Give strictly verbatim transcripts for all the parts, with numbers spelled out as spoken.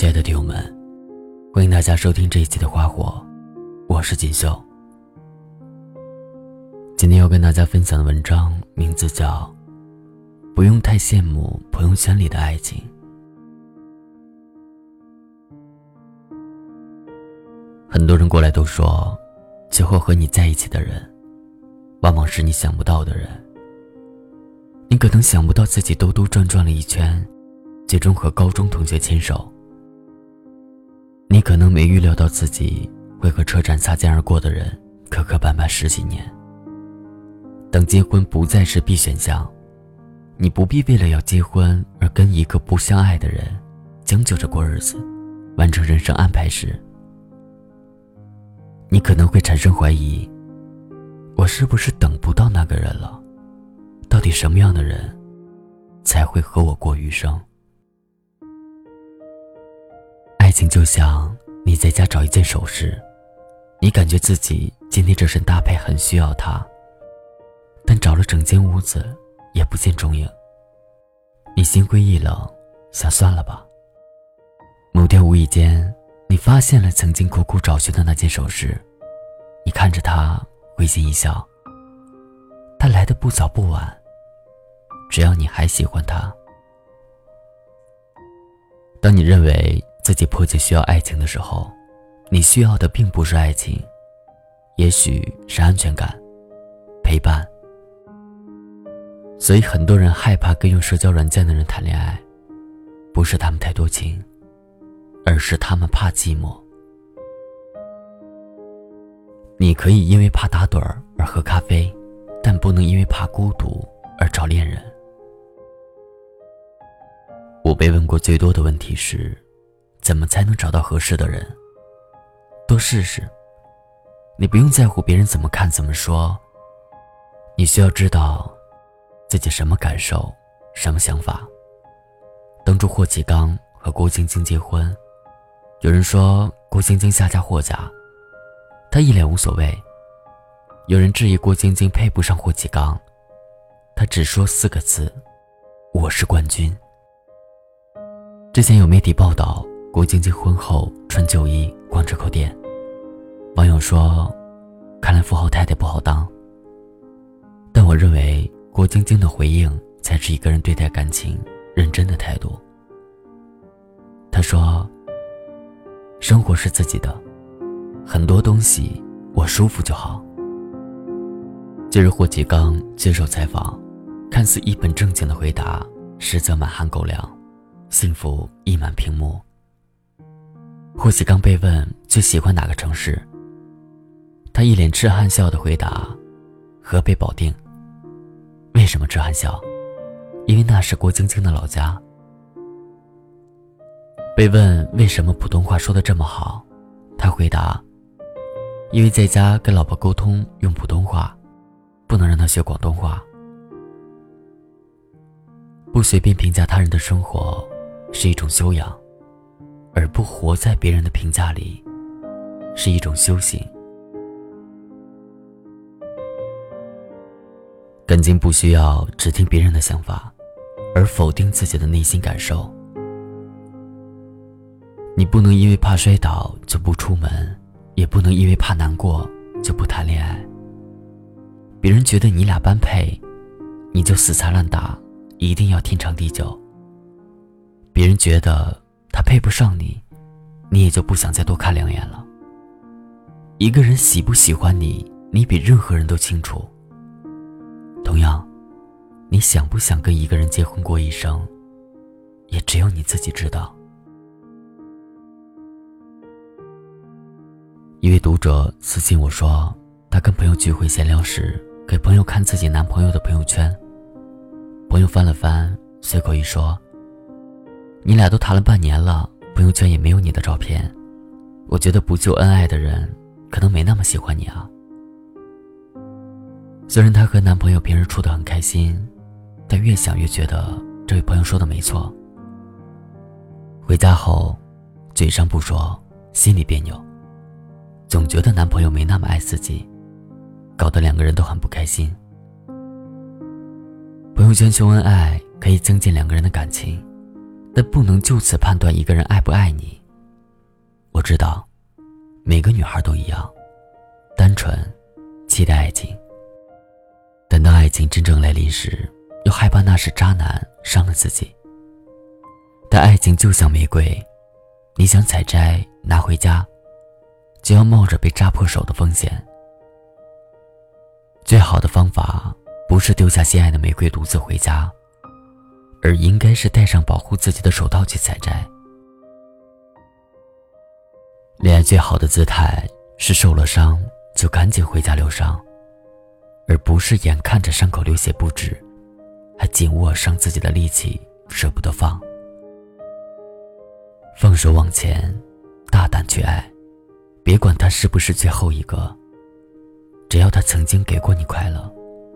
亲爱的听友们，欢迎大家收听这一期的花火，我是锦绣。今天要跟大家分享的文章名字叫不用太羡慕朋友圈里的爱情。很多人过来都说，最后和你在一起的人往往是你想不到的人。你可能想不到自己兜兜转转了一圈，最终和高中同学牵手。你可能没预料到自己会和车站擦肩而过的人磕磕绊绊十几年。当结婚不再是必选项，你不必为了要结婚而跟一个不相爱的人将就着过日子，完成人生安排时，你可能会产生怀疑，我是不是等不到那个人了？到底什么样的人才会和我过余生？爱情就像你在家找一件首饰，你感觉自己今天这身搭配很需要它，但找了整间屋子也不见踪影。你心灰意冷，想算了吧。某天无意间，你发现了曾经苦苦找寻的那件首饰，你看着它会心一笑。它来得不早不晚，只要你还喜欢它。当你认为自己迫切需要爱情的时候，你需要的并不是爱情，也许是安全感、陪伴。所以很多人害怕跟用社交软件的人谈恋爱，不是他们太多情，而是他们怕寂寞。你可以因为怕打盹儿而喝咖啡，但不能因为怕孤独而找恋人。我被问过最多的问题是，怎么才能找到合适的人？多试试。你不用在乎别人怎么看怎么说，你需要知道自己什么感受，什么想法。当初霍启刚和郭晶晶结婚，有人说郭晶晶下嫁霍家，他一脸无所谓。有人质疑郭晶晶配不上霍启刚，他只说四个字：我是冠军。之前有媒体报道郭晶晶婚后穿旧衣逛折扣店，网友说看来富豪太太不好当。但我认为郭晶晶的回应才是一个人对待感情认真的态度。她说，生活是自己的，很多东西我舒服就好。近日霍启刚接受采访，看似一本正经的回答，实则满含狗粮，幸福溢满屏幕。霍启刚被问最喜欢哪个城市，他一脸痴汉笑地回答，河北保定。为什么痴汉笑？因为那是郭晶晶的老家。被问为什么普通话说得这么好，他回答，因为在家跟老婆沟通用普通话，不能让她学广东话。不随便评价他人的生活是一种修养，而不活在别人的评价里是一种修行。感情不需要只听别人的想法，而否定自己的内心感受。你不能因为怕摔倒就不出门，也不能因为怕难过就不谈恋爱。别人觉得你俩般配，你就死缠烂打，一定要天长地久。别人觉得他配不上你，你也就不想再多看两眼了。一个人喜不喜欢你，你比任何人都清楚。同样，你想不想跟一个人结婚过一生，也只有你自己知道。一位读者私信我说，他跟朋友聚会闲聊时，给朋友看自己男朋友的朋友圈。朋友翻了翻，随口一说，你俩都谈了半年了，朋友圈也没有你的照片，我觉得不秀恩爱的人可能没那么喜欢你啊。虽然她和男朋友平时处得很开心，但越想越觉得这位朋友说的没错。回家后，嘴上不说，心里别扭，总觉得男朋友没那么爱自己，搞得两个人都很不开心。朋友圈秀恩爱可以增进两个人的感情， 但不能就此判断一个人爱不爱你。我知道，每个女孩都一样，单纯，期待爱情。等到爱情真正来临时，又害怕那是渣男伤了自己。但爱情就像玫瑰，你想采摘拿回家，就要冒着被扎破手的风险。最好的方法不是丢下心爱的玫瑰独自回家，而应该是戴上保护自己的手套去采摘。恋爱最好的姿态是受了伤就赶紧回家疗伤，而不是眼看着伤口流血不止，还紧握伤自己的力气舍不得放。放手往前，大胆去爱，别管他是不是最后一个，只要他曾经给过你快乐。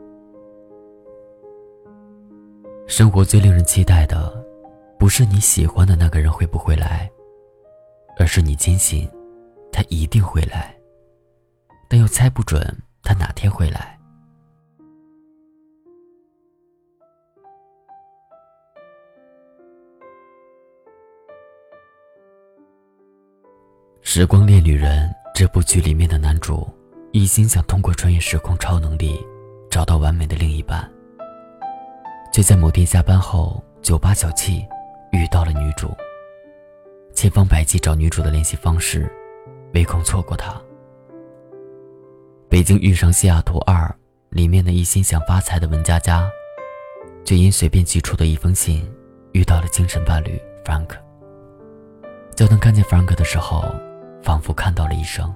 生活最令人期待的，不是你喜欢的那个人会不会来，而是你坚信他一定会来，但又猜不准他哪天会来。《时光恋旅人》这部剧里面的男主一心想通过穿越时空超能力找到完美的另一半，却在某天下班后酒吧小憩遇到了女主，千方百计找女主的联系方式，唯恐错过她。北京遇上西雅图二里面的一心想发财的文佳佳，却因随便寄出的一封信遇到了精神伴侣 Frank。 在当看见 Frank 的时候，仿佛看到了一生。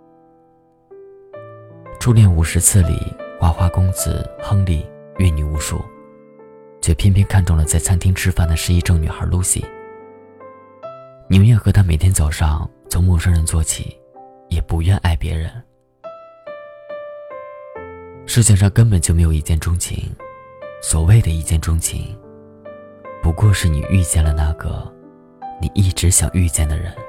初恋五十次里，花花公子亨利阅女无数，却偏偏看中了在餐厅吃饭的失忆症女孩 Lucy， 宁愿和她每天早上从陌生人做起，也不愿爱别人。世界上根本就没有一见钟情，所谓的一见钟情，不过是你遇见了那个你一直想遇见的人。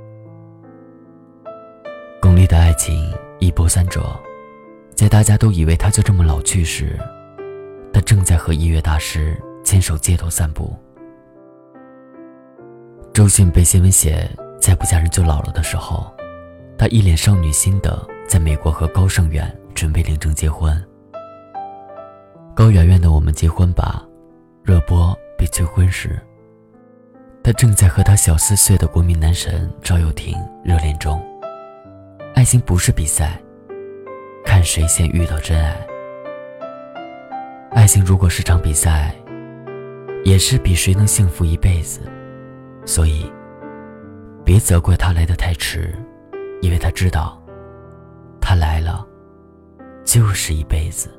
巩俐的爱情一波三折，在大家都以为他就这么老去时，他正在和音乐大师牵手街头散步。周迅被新闻写再不嫁人就老了的时候，他一脸少女心的在美国和高胜远准备领证结婚。高圆圆的我们结婚吧热播被催婚时，他正在和他小四岁的国民男神赵又廷热恋中。爱情不是比赛，看谁先遇到真爱。爱情如果是场比赛，也是比谁能幸福一辈子。所以别责怪他来得太迟，因为他知道他来了就是一辈子。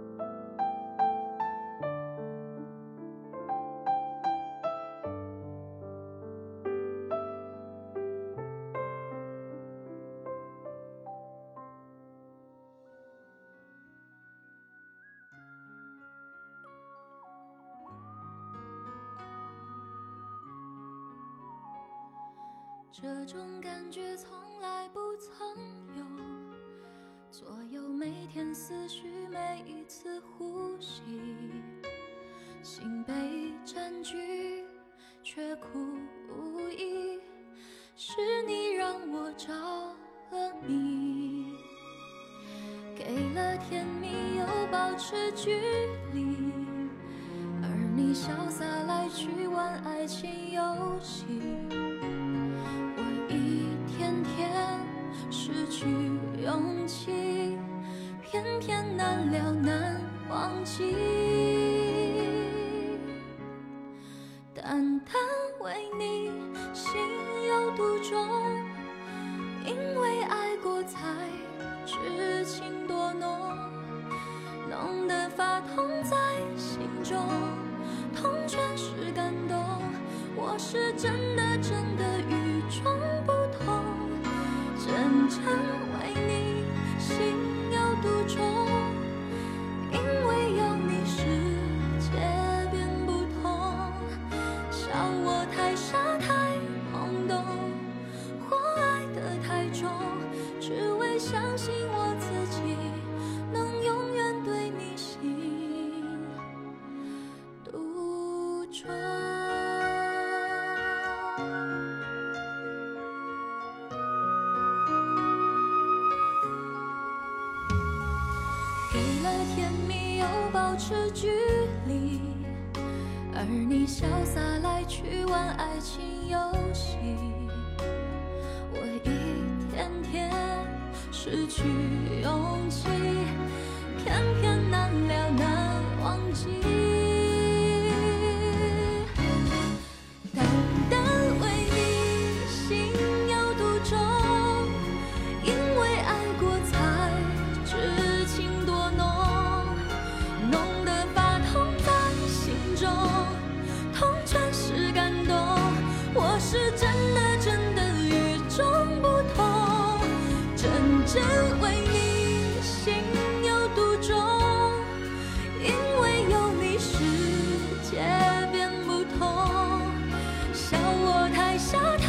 这种感觉从来不曾有，左右每天思绪，每一次呼吸，心被占据，却苦无依，是你让我着了迷，给了甜蜜又保持距离，而你潇洒来去玩爱情游戏，失去勇气，偏偏难了难忘记，单单为你心有独钟，因为爱过才知情多浓，浓得发痛在心中，痛全是感动，我是真的真的与众不同，真正为你心有独钟，因为有你世界变不同，笑我太傻太懵懂，或爱得太重，只为相信我自己能永远对你心独钟。 保持距离，而你潇洒来去玩爱情游戏，我一天天失去勇气，偏偏难了难忘记。单单为你心有独钟，因为爱过才知情多浓，浓得发痛在心中，痛全是感动。我是真的真的与众不同，真正为你心有独钟，因为有你世界变不同。笑我太傻。